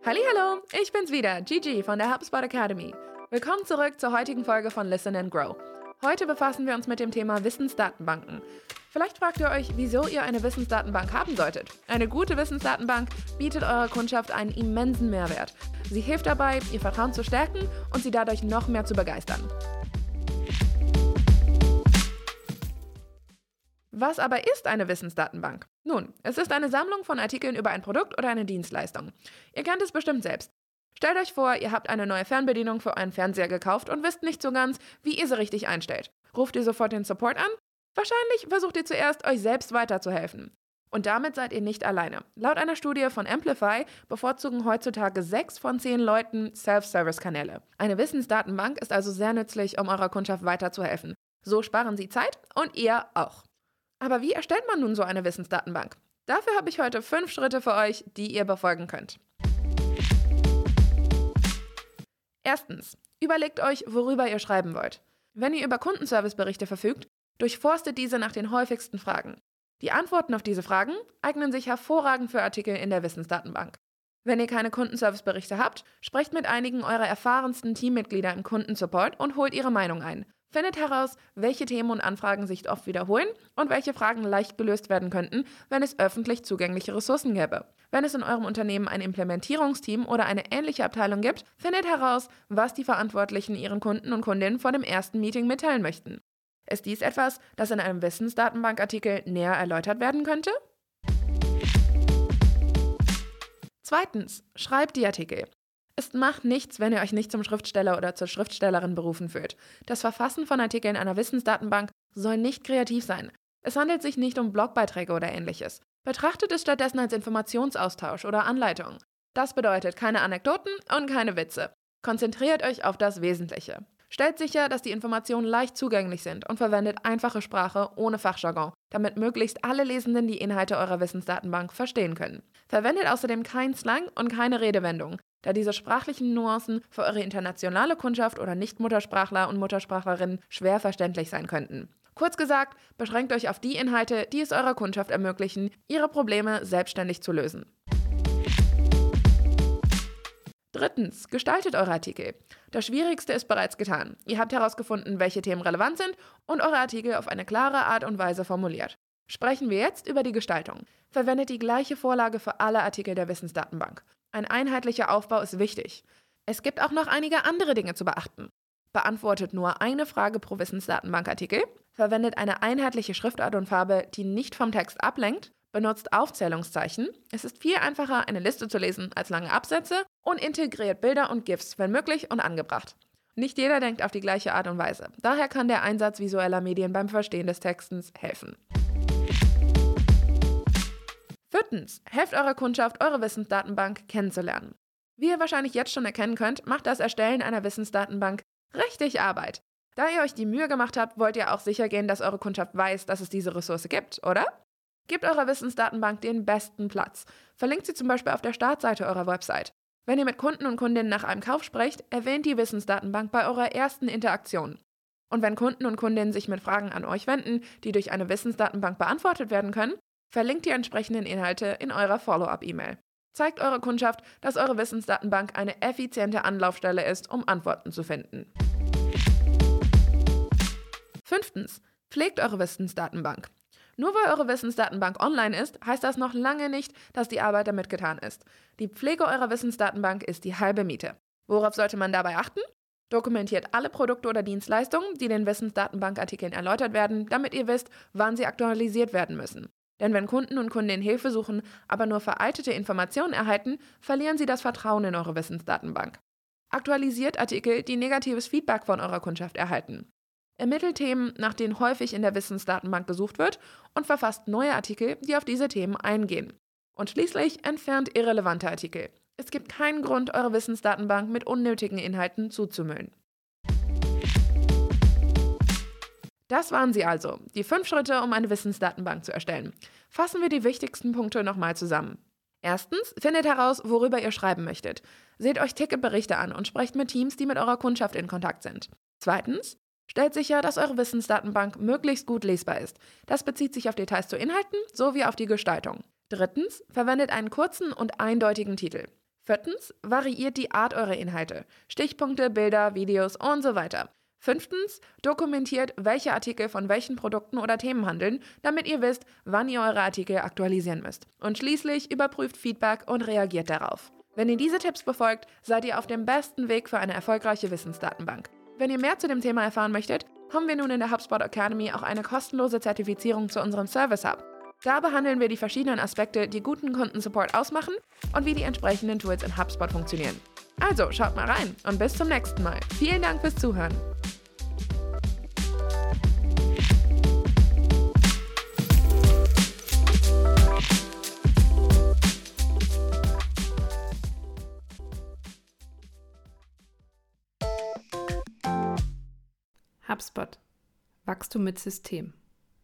Hallihallo, ich bin's wieder, Gigi von der HubSpot Academy. Willkommen zurück zur heutigen Folge von Listen and Grow. Heute befassen wir uns mit dem Thema Wissensdatenbanken. Vielleicht fragt ihr euch, wieso ihr eine Wissensdatenbank haben solltet. Eine gute Wissensdatenbank bietet eurer Kundschaft einen immensen Mehrwert. Sie hilft dabei, ihr Vertrauen zu stärken und sie dadurch noch mehr zu begeistern. Was aber ist eine Wissensdatenbank? Nun, es ist eine Sammlung von Artikeln über ein Produkt oder eine Dienstleistung. Ihr kennt es bestimmt selbst. Stellt euch vor, ihr habt eine neue Fernbedienung für euren Fernseher gekauft und wisst nicht so ganz, wie ihr sie richtig einstellt. Ruft ihr sofort den Support an? Wahrscheinlich versucht ihr zuerst, euch selbst weiterzuhelfen. Und damit seid ihr nicht alleine. Laut einer Studie von Amplify bevorzugen heutzutage 6 von 10 Leuten Self-Service-Kanäle. Eine Wissensdatenbank ist also sehr nützlich, um eurer Kundschaft weiterzuhelfen. So sparen sie Zeit und ihr auch. Aber wie erstellt man nun so eine Wissensdatenbank? Dafür habe ich heute 5 Schritte für euch, die ihr befolgen könnt. Erstens, überlegt euch, worüber ihr schreiben wollt. Wenn ihr über Kundenserviceberichte verfügt, durchforstet diese nach den häufigsten Fragen. Die Antworten auf diese Fragen eignen sich hervorragend für Artikel in der Wissensdatenbank. Wenn ihr keine Kundenserviceberichte habt, sprecht mit einigen eurer erfahrensten Teammitglieder im Kundensupport und holt ihre Meinung ein. Findet heraus, welche Themen und Anfragen sich oft wiederholen und welche Fragen leicht gelöst werden könnten, wenn es öffentlich zugängliche Ressourcen gäbe. Wenn es in eurem Unternehmen ein Implementierungsteam oder eine ähnliche Abteilung gibt, findet heraus, was die Verantwortlichen ihren Kunden und Kundinnen vor dem ersten Meeting mitteilen möchten. Ist dies etwas, das in einem Wissensdatenbankartikel näher erläutert werden könnte? Zweitens, schreibt die Artikel. Es macht nichts, wenn ihr euch nicht zum Schriftsteller oder zur Schriftstellerin berufen fühlt. Das Verfassen von Artikeln einer Wissensdatenbank soll nicht kreativ sein. Es handelt sich nicht um Blogbeiträge oder ähnliches. Betrachtet es stattdessen als Informationsaustausch oder Anleitung. Das bedeutet keine Anekdoten und keine Witze. Konzentriert euch auf das Wesentliche. Stellt sicher, dass die Informationen leicht zugänglich sind und verwendet einfache Sprache ohne Fachjargon, damit möglichst alle Lesenden die Inhalte eurer Wissensdatenbank verstehen können. Verwendet außerdem keinen Slang und keine Redewendung, da diese sprachlichen Nuancen für eure internationale Kundschaft oder Nicht-Muttersprachler und Muttersprachlerinnen schwer verständlich sein könnten. Kurz gesagt, beschränkt euch auf die Inhalte, die es eurer Kundschaft ermöglichen, ihre Probleme selbstständig zu lösen. Drittens, gestaltet eure Artikel. Das Schwierigste ist bereits getan. Ihr habt herausgefunden, welche Themen relevant sind und eure Artikel auf eine klare Art und Weise formuliert. Sprechen wir jetzt über die Gestaltung. Verwendet die gleiche Vorlage für alle Artikel der Wissensdatenbank. Ein einheitlicher Aufbau ist wichtig. Es gibt auch noch einige andere Dinge zu beachten. Beantwortet nur eine Frage pro Wissensdatenbankartikel, verwendet eine einheitliche Schriftart und Farbe, die nicht vom Text ablenkt, benutzt Aufzählungszeichen, es ist viel einfacher, eine Liste zu lesen als lange Absätze und integriert Bilder und GIFs, wenn möglich und angebracht. Nicht jeder denkt auf die gleiche Art und Weise. Daher kann der Einsatz visueller Medien beim Verstehen des Textens helfen. Viertens, helft eurer Kundschaft, eure Wissensdatenbank kennenzulernen. Wie ihr wahrscheinlich jetzt schon erkennen könnt, macht das Erstellen einer Wissensdatenbank richtig Arbeit. Da ihr euch die Mühe gemacht habt, wollt ihr auch sicher gehen, dass eure Kundschaft weiß, dass es diese Ressource gibt, oder? Gebt eurer Wissensdatenbank den besten Platz. Verlinkt sie zum Beispiel auf der Startseite eurer Website. Wenn ihr mit Kunden und Kundinnen nach einem Kauf sprecht, erwähnt die Wissensdatenbank bei eurer ersten Interaktion. Und wenn Kunden und Kundinnen sich mit Fragen an euch wenden, die durch eine Wissensdatenbank beantwortet werden können, verlinkt die entsprechenden Inhalte in eurer Follow-up-E-Mail. Zeigt eurer Kundschaft, dass eure Wissensdatenbank eine effiziente Anlaufstelle ist, um Antworten zu finden. Fünftens, pflegt eure Wissensdatenbank. Nur weil eure Wissensdatenbank online ist, heißt das noch lange nicht, dass die Arbeit damit getan ist. Die Pflege eurer Wissensdatenbank ist die halbe Miete. Worauf sollte man dabei achten? Dokumentiert alle Produkte oder Dienstleistungen, die den Wissensdatenbankartikeln erläutert werden, damit ihr wisst, wann sie aktualisiert werden müssen. Denn wenn Kunden und Kundinnen Hilfe suchen, aber nur veraltete Informationen erhalten, verlieren sie das Vertrauen in eure Wissensdatenbank. Aktualisiert Artikel, die negatives Feedback von eurer Kundschaft erhalten. Ermittelt Themen, nach denen häufig in der Wissensdatenbank gesucht wird und verfasst neue Artikel, die auf diese Themen eingehen. Und schließlich entfernt irrelevante Artikel. Es gibt keinen Grund, eure Wissensdatenbank mit unnötigen Inhalten zuzumüllen. Das waren sie also, die 5 Schritte, um eine Wissensdatenbank zu erstellen. Fassen wir die wichtigsten Punkte nochmal zusammen. Erstens, findet heraus, worüber ihr schreiben möchtet. Seht euch Ticketberichte an und sprecht mit Teams, die mit eurer Kundschaft in Kontakt sind. Zweitens, stellt sicher, dass eure Wissensdatenbank möglichst gut lesbar ist. Das bezieht sich auf Details zu Inhalten sowie auf die Gestaltung. Drittens, verwendet einen kurzen und eindeutigen Titel. Viertens, variiert die Art eurer Inhalte. Stichpunkte, Bilder, Videos und so weiter. Fünftens, dokumentiert, welche Artikel von welchen Produkten oder Themen handeln, damit ihr wisst, wann ihr eure Artikel aktualisieren müsst. Und schließlich überprüft Feedback und reagiert darauf. Wenn ihr diese Tipps befolgt, seid ihr auf dem besten Weg für eine erfolgreiche Wissensdatenbank. Wenn ihr mehr zu dem Thema erfahren möchtet, haben wir nun in der HubSpot Academy auch eine kostenlose Zertifizierung zu unserem Service Hub. Da behandeln wir die verschiedenen Aspekte, die guten Kundensupport ausmachen und wie die entsprechenden Tools in HubSpot funktionieren. Also schaut mal rein und bis zum nächsten Mal. Vielen Dank fürs Zuhören. HubSpot. Wachstum mit System.